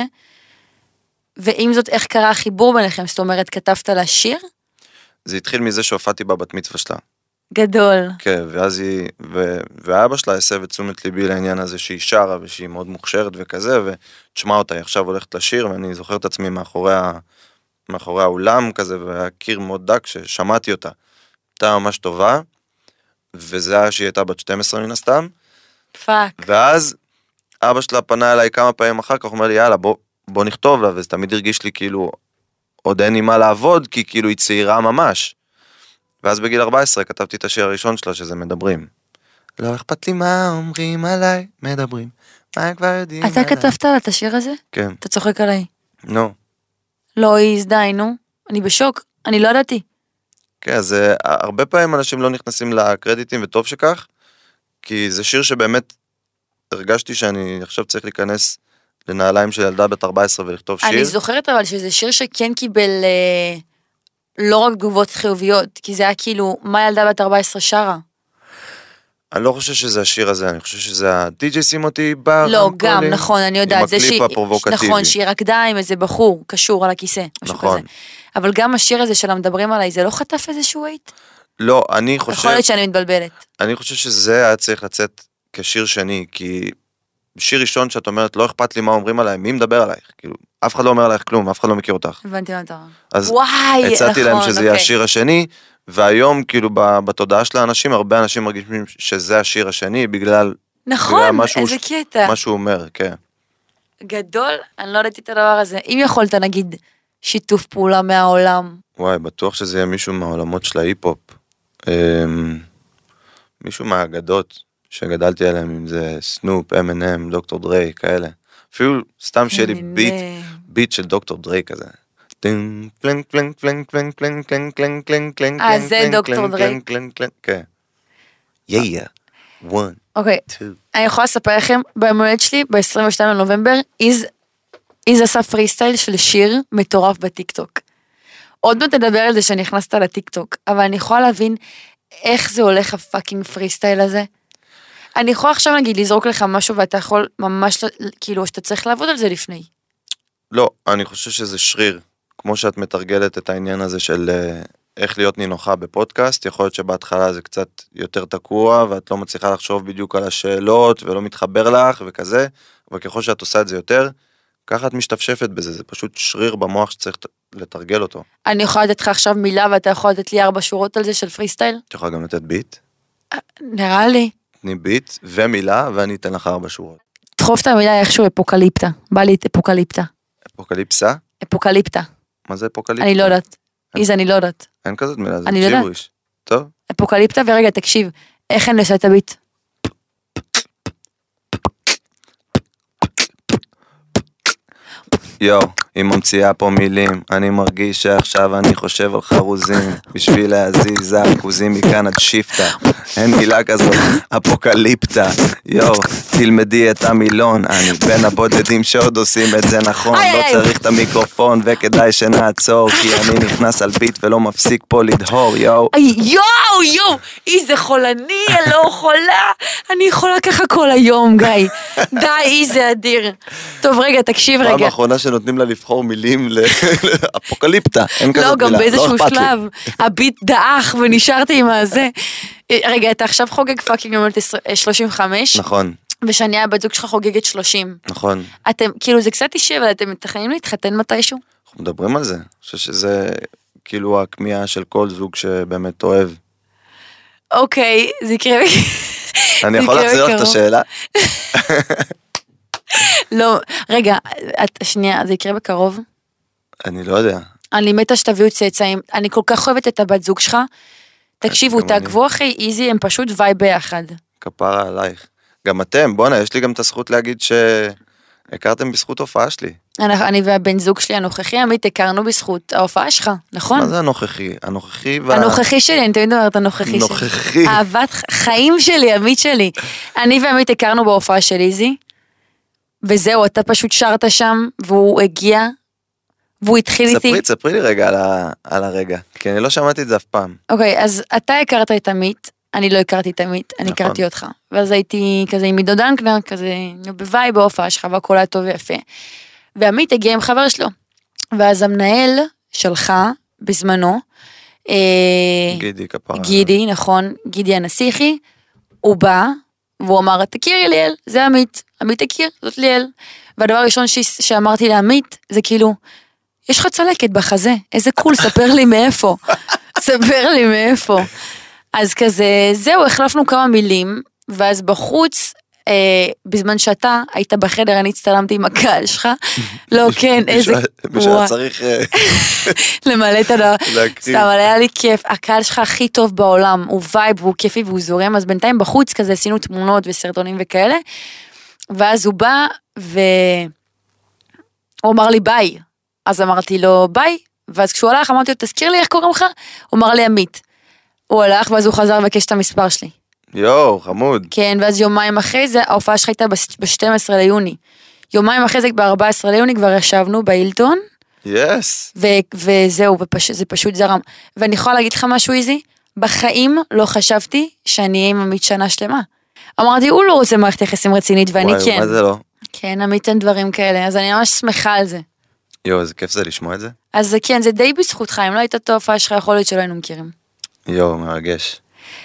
ועם זאת, איך קרה החיבור ביניכם? זאת אומרת, כתבת לה שיר?
זה התחיל מזה שהופעתי בבת מצווה שלה.
גדול.
כן, ואז היא, ו... והאבא שלה הסב את תשומת ליבי לעניין הזה שהיא שרה, ושהיא מאוד מוכשרת וכזה, ותשמע אותה, היא עכשיו הולכת לשיר, ואני זוכר את עצמי מאחורי, ה... מאחורי האולם כזה, והקיר מאוד דק ששמעתי אותה. הייתה ממש טובה, וזה היה שהיא הייתה בת שתים עשרה מן הסתם.
פאק.
ואז אבא שלה פנה אליי כמה פעמים אחר כך, הוא אומר לי, יאללה, בוא, בוא נכתוב לה, וזה תמיד הרגיש לי כאילו, עוד אין לי מה לעבוד, כי כאילו היא צעירה ממש. ואז בגיל ארבע עשרה כתבתי את השיר הראשון שלה, שזה מדברים. לא אכפת לי מה אומרים עליי, מדברים. מה הם כבר יודעים?
אתה כתבת על את השיר הזה?
כן.
אתה צוחק עליי.
נו.
לא, איז, די, נו. אני בשוק, אני לא ידעתי.
כן, אז הרבה פעמים אנשים לא נכנסים לקרדיטים, וטוב שכך, כי זה שיר שבאמת הרגשתי שאני עכשיו צריך להיכנס לנעליים של ילדה בת ארבע עשרה ולכתוב שיר.
אני זוכרת אבל שזה שיר שכן קיבל אה, לא רק תגובות חיוביות, כי זה היה כאילו, מה ילדה בת ארבע עשרה שרה?
אני לא חושב שזה השיר הזה, אני חושב שזה הדי-ג'יי שים אותי ברמקולים.
לא, גם, נכון, אני יודעת.
עם הקליפ הפרובוקטיבי.
נכון, שהיא רקדה עם איזה בחור, קשור על הכיסא, משהו
נכון.
כזה. אבל גם השיר הזה של המדברים עליי, זה לא חטף איזשהו אייט?
לא, אני חושב...
יכול להיות שאני מתבלבלת.
אני חושב שזה היה צריך לצאת כשיר שני, כי שיר ראשון שאת אומרת, לא אכפת לי מה אומרים עליי, מי מדבר עלייך? כאילו, אף אחד לא אומר עלייך כלום, אף אחד לא מכיר אותך.
הבנתי מה אתה אומר.
אז
וואי,
הצעתי
נכון,
להם שזה
אוקיי.
יהיה השיר השני, והיום כאילו בתודעה של האנשים, הרבה אנשים מרגישים שזה השיר השני, בגלל,
נכון,
בגלל משהו,
איזה קטע.
מה שהוא אומר, כן.
גדול, אני לא ידעתי את הדבר הזה. אם יכולת, נגיד, שיתוף פעולה מהעולם.
וואי, בטוח שזה יהיה מישהו מהעולמות של ההיפ-הופ. אמ, מישהו מהאגדות שגדלתי עליהם, אם זה סנופ, אם אנד אם, דוקטור דריי, כאלה. אפילו סתם שיהיה לי ביט, ביט של דוקטור דריי כזה. טינג, פלנג, פלנג, פלנג, פלנג, פלנג, פלנג, פלנג, פלנג, פלנג,
אה, זה
פלנג,
דוקטור
פלנג,
דריי.
פלנג, פלנג, פלנג, כן. יאיה, one,
אוקיי,
two.
אני יכולה לספר לכם, ביום הולדת שלי, ב-עשרים ושניים לנובמבר, איז, איז עשה פרי סטייל של שיר מטורף בטיקטוק. עוד מעט תדבר על זה שנכנסת לטיקטוק, אבל אני יכולה להבין איך זה הולך הפאקינג פרי סטייל הזה. אני יכולה עכשיו נגיד לזרוק לך משהו ואתה יכול ממש, כאילו, שאתה צריך לעבוד על זה לפני.
לא, אני חושב שזה שריר. כמו שאת מתרגלת את העניין הזה של איך להיות נינוחה בפודקאסט, יכול להיות שבהתחלה זה קצת יותר תקוע, ואת לא מצליחה לחשוב בדיוק על השאלות, ולא מתחבר לך וכזה, אבל ככל שאת עושה את זה יותר, ככה את משתפשפת בזה, זה פשוט שריר במוח שצריך לתרגל אותו.
אני יכולה לתת לך עכשיו מילה, ואתה יכול לתת לי ארבע שורות על זה של פרי סטייל?
את יכולה גם לתת ביט?
נראה לי.
תני ביט ומילה, ואני אתן לך ארבע שורות.
תדחוף את המילה איכשהו אפוקליפטה. בא לי את אפוקליפטה.
אפוקליפסה?
אפוקליפטה.
מה זה אפוקליפטה?
אני לא יודעת. איז, אני לא יודעת.
אין כזאת מילה, זה
אני לא יודעת.
ג'יבריש. טוב.
אפוקליפטה, ורגע, תקשיב, איך אני עושה את הביט?
יו, היא ממציאה פה מילים, אני מרגיש שעכשיו אני חושב על חרוזים, בשביל להזיז אחוזים מכאן עד שיפטה, אין מילה כזאת, אפוקליפטה, יו, תלמדי את המילון, אני בין הבודדים שעוד עושים את זה נכון, לא צריך את המיקרופון וכדאי שנעצור, כי אני נכנס על ביט ולא מפסיק פה לדהור, יו.
יואו, יואו, איזה חולני, לא חולה, אני יכולה ככה כל היום, גיא, די, איזה אדיר. טוב, רגע, תקשיב רגע.
פעם האחרונה שנותנים לה לבחור מילים לאפוקליפטה, אין כזאת
לא,
מילה,
גם באיזשהו
אכפת לי.
שלב, הביט דאח ונשארתי עם הזה. רגע, אתה עכשיו חוגג פאקינג יום שלושים וחמש,
נכון,
ושני הבת זוג שלך חוגגת שלושים.
נכון.
אתם, כאילו זה קצת אישי, אבל אתם מתכננים להתחתן מתישהו?
אנחנו מדברים על זה, אני חושב שזה כאילו הכמיהה של כל זוג שבאמת אוהב.
אוקיי, זה יקרה.
אני יכול להחזיר לך את השאלה?
לא, רגע, את, שנייה, זה יקרה בקרוב?
אני לא יודע.
אני מתה שתביאו צאצאים, אני כל כך אוהבת את הבת זוג שלך. תקשיבו,
גם
תעקבו אחרי איזי, הם פשוט וייב ביחד.
כפרה עלייך. גם אתם, בואנה, יש לי גם את הזכות להגיד שהכרתם בזכות הופעה שלי.
אני, אני והבן זוג שלי הנוכחי, עמית, הכרנו בזכות ההופעה שלך, נכון?
מה זה הנוכחי? הנוכחי וה...
הנוכחי שלי, אני תמיד אומרת הנוכחי שלי.
נוכחי.
אהבת חיים שלי, עמית שלי. אני ועמית הכרנו בהופעה של איזי, וזהו, אתה פשוט שרת שם, והוא הגיע, והוא התחיל איתי.
ספרי, ספרי לי רגע על, ה... על הרגע, כי אני לא שמעתי את זה אף פעם.
אוקיי, אז אתה הכרת את עמית, אני לא הכרתי את עמית, אני
נכון.
הכרתי אותך. ואז הייתי כזה עם עידו דנקנר, כזה בוואי בהופעה שלך, והכל היה טוב ויפה. ועמית הגיע עם חבר שלו. ואז המנהל שלך, בזמנו, אה,
גידי כפרה.
גידי, נכון, גידי הנסיכי, הוא בא, והוא אמר, תכירי ליאל, זה עמית, עמית תכיר, זאת ליאל. והדבר הראשון ש... שאמרתי לעמית, זה כאילו, יש לך צלקת בחזה, איזה קול, ספר לי מאיפה. ספר לי מאיפה. אז כזה, זהו, החלפנו כמה מילים, ואז בחוץ, אה, בזמן שאתה היית בחדר, אני הצטלמתי עם הקהל שלך, לא, כן, איזה...
בשביל צריך...
למלא את הדבר.
להקריב.
סתם, אבל היה לי כיף, הקהל שלך הכי טוב בעולם, הוא וייב, והוא כיפי, והוא זורם, אז בינתיים בחוץ כזה, עשינו תמונות וסרטונים וכאלה, ואז הוא בא, והוא אמר לי ביי. אז אמרתי לו ביי, ואז כשהוא הלך, אמרתי לו, תזכיר לי איך קוראים לך? הוא אמר לי עמית. הוא הלך, ואז הוא חזר ובקש את המספר שלי.
יואו, חמוד.
כן, ואז יומיים אחרי זה, ההופעה שלך הייתה ב-שנים עשר ליוני. יומיים אחרי זה, ב-ארבעה עשר ליוני, כבר ישבנו באילטון.
יס.
ו- וזהו, וזה פשוט זרם. ואני יכולה להגיד לך משהו איזי? בחיים לא חשבתי שאני אהיה עם עמית שנה שלמה. אמרתי, הוא לא רוצה מערכת יחסים רצינית, ואני
וואי,
כן.
מה זה לא?
כן, עמית אין דברים כאלה, אז אני ממש שמחה על זה.
יואו, איזה כיף זה לשמוע את זה.
אז זה כן, זה די בזכותך, אם לא הייתה את ההופעה שלך, יכול להיות שלא היינו מכירים.
יואו, מרגש.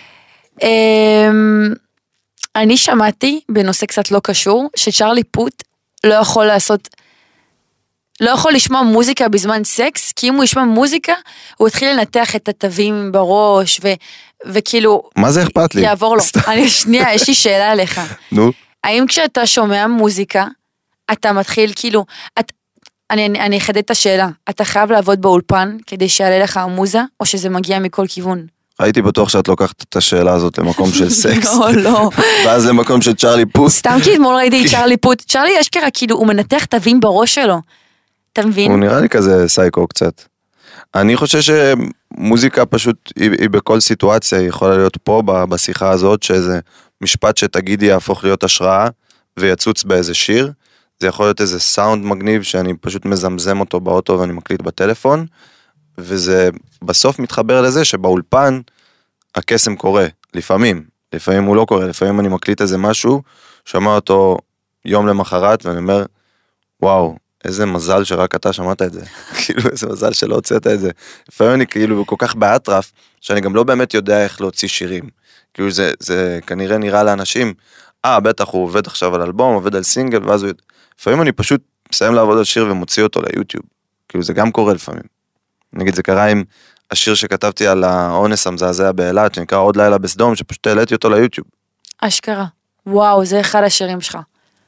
אני שמעתי, בנושא קצת לא קשור, שצ'רלי פוט לא יכול לעשות, לא יכול לשמוע מוזיקה בזמן סקס, כי אם הוא ישמע מוזיקה, הוא התחיל לנתח את התווים בראש, ו, וכאילו...
מה זה אכפת לי?
יעבור לו. אני, שנייה, יש לי שאלה עליך.
נו.
האם כשאתה שומע מוזיקה, אתה מתחיל כאילו, את, אני, אני, אני אחדד את השאלה, אתה חייב לעבוד באולפן, כדי שיעלה לך המוזה, או שזה מגיע מכל כיוון?
הייתי בטוח שאת לוקחת את השאלה הזאת למקום של סקס.
לא, לא.
ואז למקום של צ'רלי פוט.
סתם כי אתמול ראיתי צ'רלי פוט. צ'רלי אשכרה, כאילו, הוא מנתח תווים בראש שלו. אתה מבין?
הוא נראה לי כזה סייקו קצת. אני חושב שמוזיקה פשוט, היא, היא בכל סיטואציה, היא יכולה להיות פה, בשיחה הזאת, שאיזה משפט שתגידי יהפוך להיות השראה, ויצוץ באיזה שיר. זה יכול להיות איזה סאונד מגניב, שאני פשוט מזמזם אותו באוטו, ואני מקליט בטלפון. וזה בסוף מתחבר לזה שבאולפן הקסם קורה, לפעמים, לפעמים הוא לא קורה, לפעמים אני מקליט איזה משהו, שומע אותו יום למחרת ואני אומר, וואו, איזה מזל שרק אתה שמעת את זה, כאילו איזה מזל שלא הוצאת את זה, לפעמים אני כאילו כל כך באטרף, שאני גם לא באמת יודע איך להוציא שירים, כאילו זה, זה כנראה נראה לאנשים, אה בטח הוא עובד עכשיו על אלבום, עובד על סינגל, ואז הוא, לפעמים אני פשוט מסיים לעבוד על שיר ומוציא אותו ליוטיוב, כאילו זה גם קורה לפעמים. נגיד זה קרה עם השיר שכתבתי על האונס המזעזע באילת, שנקרא עוד לילה בסדום, שפשוט העליתי אותו ליוטיוב.
אשכרה. וואו, זה אחד השירים שלך.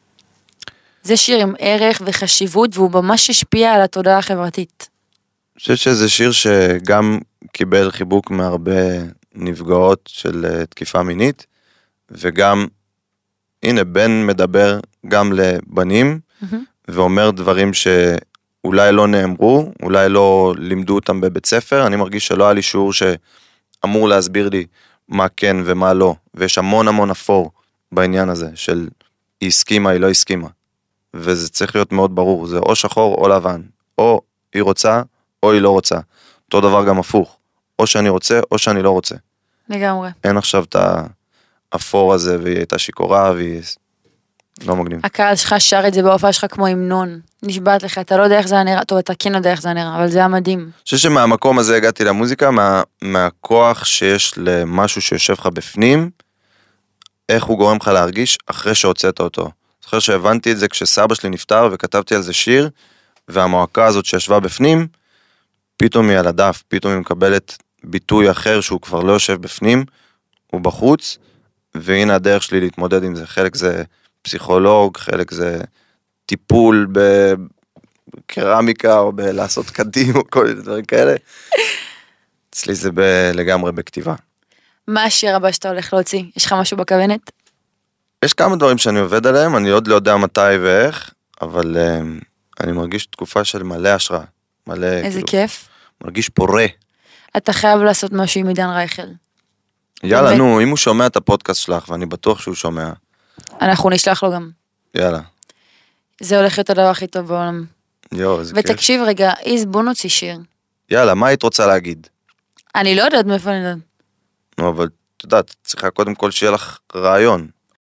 זה שיר עם ערך וחשיבות, והוא ממש השפיע על התודעה החברתית.
אני חושב שזה שיר שגם קיבל חיבוק מהרבה נפגעות של תקיפה מינית, וגם, הנה, בן מדבר גם לבנים, mm-hmm. ואומר דברים ש... אולי לא נאמרו, אולי לא לימדו אותם בבית ספר, אני מרגיש שלא היה לי שיעור שאמור להסביר לי מה כן ומה לא, ויש המון המון אפור בעניין הזה, של היא הסכימה, היא לא הסכימה, וזה צריך להיות מאוד ברור, זה או שחור או לבן, או היא רוצה או היא לא רוצה, אותו דבר גם הפוך, או שאני רוצה או שאני לא רוצה.
לגמרי.
אין עכשיו את האפור הזה, והיא הייתה שיקורה, והיא... לא מגניב.
הקהל שלך שר את זה בהופעה שלך כמו המנון. נשבעת לך, אתה לא יודע איך זה נראה, טוב, אתה כן יודע איך זה נראה, אבל זה היה מדהים. אני
חושב שמהמקום הזה הגעתי למוזיקה, מה, מהכוח שיש למשהו שיושב לך בפנים, איך הוא גורם לך להרגיש אחרי שהוצאת אותו. זוכר שהבנתי את זה כשסבא שלי נפטר, וכתבתי על זה שיר, והמועקה הזאת שישבה בפנים, פתאום היא על הדף, פתאום היא מקבלת ביטוי אחר, שהוא כבר לא יושב בפנים, הוא בחוץ, והנה הדרך שלי להתמודד עם זה. חלק זה פסיכולוג, חלק זה טיפול בקרמיקה, או בלעשות קדים, או כל מיני דברים כאלה. אצלי זה ב- לגמרי בכתיבה.
מה השיר הבא שאתה הולך להוציא? יש לך משהו בכוונת?
יש כמה דברים שאני עובד עליהם, אני עוד לא יודע מתי ואיך, אבל uh, אני מרגיש תקופה של מלא השראה. מלא,
איזה
כאילו,
כיף.
מרגיש פורה.
אתה חייב לעשות משהו עם עידן רייכל.
יאללה,
באמת?
נו, אם הוא שומע את הפודקאסט שלך, ואני בטוח שהוא שומע.
אנחנו נשלח לו גם.
יאללה.
זה הולך להיות הדבר הכי טוב בעולם.
יואו, איזה כיף.
ותקשיב רגע, איז, בוא נוציא שיר.
יאללה, מה היית רוצה להגיד?
אני לא יודעת מאיפה אני יודעת.
נו, אבל את יודעת, צריכה קודם כל שיהיה לך רעיון.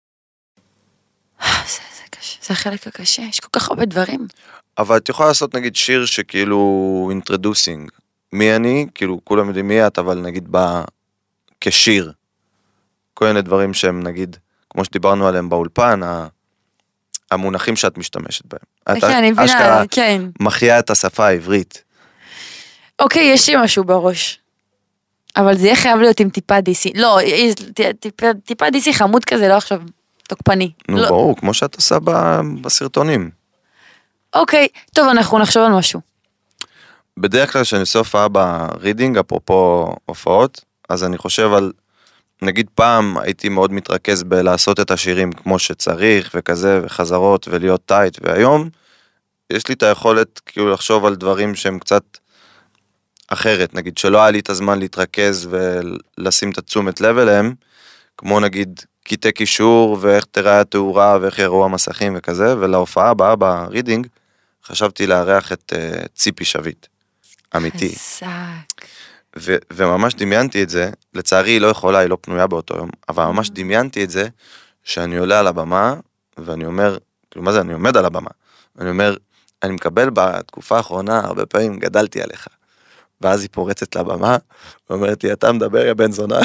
זה, זה קשה, זה החלק הקשה, יש כל כך הרבה דברים.
אבל את יכולה לעשות נגיד שיר שכאילו introducing. מי אני? כאילו כולם יודעים מי את, אבל נגיד בא כשיר. כל מיני דברים שהם נגיד, כמו שדיברנו עליהם באולפן, המונחים שאת משתמשת בהם.
כן, אני מבינה, כן.
מחיה את השפה העברית.
אוקיי, יש לי משהו בראש. אבל זה יהיה חייב להיות עם טיפה דיסי. לא, טיפה, טיפה דיסי חמוד כזה, לא עכשיו תוקפני.
נו,
לא.
ברור, כמו שאת עושה בסרטונים.
אוקיי, טוב, אנחנו נחשוב על משהו.
בדרך כלל כשאני עושה הופעה ברידינג, אפרופו הופעות, אז אני חושב על נגיד פעם הייתי מאוד מתרכז בלעשות את השירים כמו שצריך וכזה וחזרות ולהיות טייט, והיום יש לי את היכולת כאילו לחשוב על דברים שהם קצת אחרת, נגיד שלא היה לי את הזמן להתרכז ולשים את התשומת לב אליהם, כמו נגיד קטעי קישור ואיך תראה התאורה ואיך יראו המסכים וכזה, ולהופעה הבאה ברידינג חשבתי לארח את uh, ציפי שביט, אמיתי.
חזק.
ו- וממש דמיינתי את זה, לצערי היא לא יכולה, היא לא פנויה באותו יום, אבל ממש דמיינתי את זה, שאני עולה על הבמה, ואני אומר, כאילו מה זה, אני עומד על הבמה, אני אומר, אני מקבל בתקופה האחרונה, הרבה פעמים גדלתי עליך, ואז היא פורצת לבמה, ואומרת לי, אתה מדבר יא בן זונה.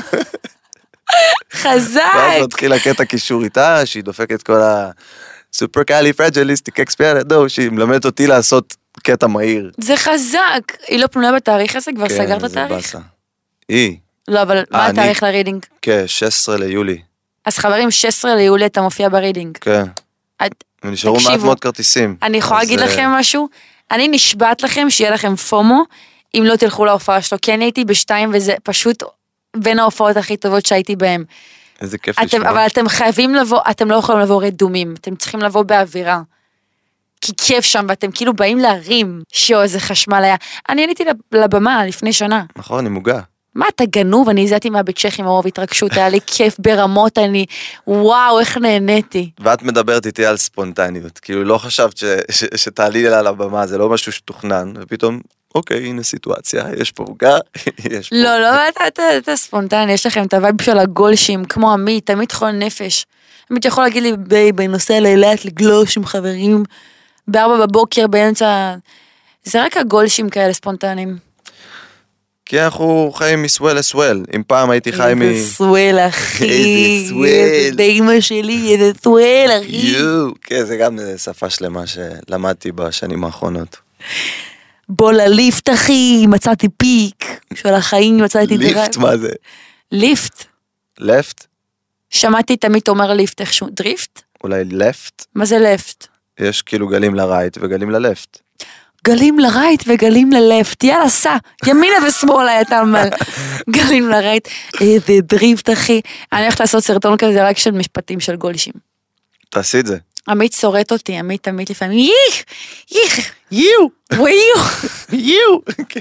חזק.
ואז מתחיל הקטע קישור איתה, שהיא דופקת כל ה... סופרקלי פרג'ליסטיק אקספירדו, שהיא מלמדת אותי לעשות קטע מהיר.
זה חזק. היא לא פנויה בתאריך הזה? כבר סגרת את התאריך?
היא.
לא, אבל מה התאריך לרידינג?
כן, שש עשרה ליולי.
אז חברים, שש עשרה ליולי אתה מופיע ברידינג.
כן. ונשארו מעט מאוד כרטיסים.
אני יכולה להגיד לכם משהו? אני נשבעת לכם שיהיה לכם פומו, אם לא תלכו להופעה שלו, כי אני הייתי בשתיים, וזה פשוט בין ההופעות הכי טובות שהייתי בהן.
איזה כיף לשמוע.
אבל אתם חייבים לבוא, אתם לא יכולים לבוא רדומים, אתם צריכים לבוא באווירה. כי כיף שם, ואתם כאילו באים להרים, שו, איזה חשמל היה. אני עליתי לבמה לפני שנה.
נכון, אני מוגע.
מה, אתה גנוב? אני הזעתי מהבית צ'כי מרוב התרגשות, היה לי כיף ברמות, אני, וואו, איך נהניתי.
ואת מדברת איתי על ספונטניות, כאילו לא חשבת ש, ש, שתעלי לה לבמה, זה לא משהו שתוכנן, ופתאום, אוקיי, הנה סיטואציה, יש פה מוגע, יש פה...
לא, לא, אתה, אתה, אתה ספונטני, יש לכם את הווייב של הגולשים, כמו עמית, עמית חול נפש. עמית יכול להגיד לי, ביי, נוסע לאילת לגלוש עם חברים, בארבע בבוקר באמצע, זה רק הגולשים כאלה ספונטניים.
כי אנחנו חיים מסוול לסוול, אם פעם הייתי חי מ...
איזה סוול, אחי.
איזה סוול.
באמא שלי, איזה סוול, אחי.
יו, כן, זה גם שפה שלמה שלמדתי בשנים האחרונות.
בוא לליפט, אחי, מצאתי פיק של החיים, מצאתי דרייב.
ליפט, מה זה?
ליפט.
לפט?
שמעתי תמיד אומר ליפט איכשהו, דריפט?
אולי לפט?
מה זה לפט?
יש כאילו גלים לרייט וגלים ללפט.
גלים לרייט וגלים ללפט, יאללה, סע, ימינה ושמאלה, אתה אומר, גלים לרייט, איזה דריפט, אחי. אני הולכת לעשות סרטון כזה רק של משפטים של גולשים.
תעשי את זה.
עמית שורט אותי, עמית, עמית לפעמים, ייך, ייך,
יו,
ויו,
יו.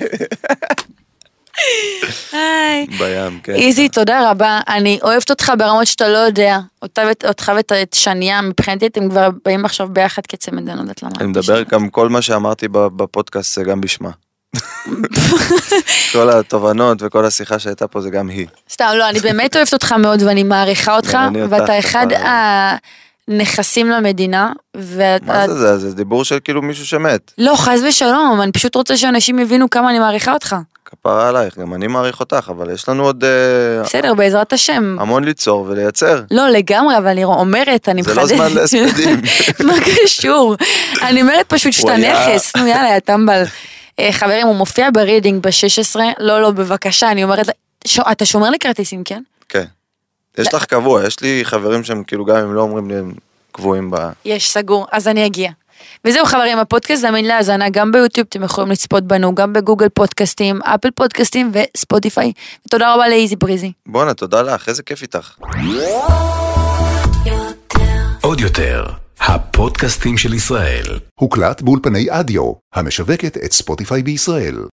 היי.
בים, כן.
איזי, תודה רבה, אני אוהבת אותך ברמות שאתה לא יודע, אותך ואת שניה, מבחינתי אתם כבר באים עכשיו ביחד כצמד, אני לא יודעת למה.
אני מדבר גם כל מה שאמרתי בפודקאסט זה גם בשמה. כל התובנות וכל השיחה שהייתה פה זה גם היא.
סתם, לא, אני באמת אוהבת אותך מאוד ואני מעריכה אותך, ואתה אחד הנכסים למדינה.
מה זה זה? זה דיבור של כאילו מישהו שמת.
לא, חס ושלום, אני פשוט רוצה שאנשים יבינו כמה אני מעריכה אותך.
כפרה עלייך, גם אני מעריך אותך, אבל יש לנו עוד...
בסדר, בעזרת השם.
המון ליצור ולייצר.
לא, לגמרי, אבל אני אומרת, אני מחדדת.
זה לא זמן להספדים.
מה קשור? אני אומרת פשוט שאתה נכס, נו יאללה, טמבל. חברים, הוא מופיע ברידינג ב-שש עשרה, לא, לא, בבקשה, אני אומרת, אתה שומר לי כרטיסים, כן?
כן. יש לך קבוע, יש לי חברים שהם כאילו גם אם לא אומרים לי, הם קבועים ב... יש,
סגור, אז אני אגיע. וזהו חברים, הפודקאסט זמין להאזנה גם ביוטיוב, אתם יכולים לצפות בנו, גם בגוגל פודקאסטים, אפל פודקאסטים וספוטיפיי. ותודה רבה לאיזי בריזי.
בואנה, תודה לך, איזה כיף איתך.
עוד יותר, הפודקאסטים של ישראל.
הוקלט באולפני אדיו, המשווקת את ספוטיפיי בישראל.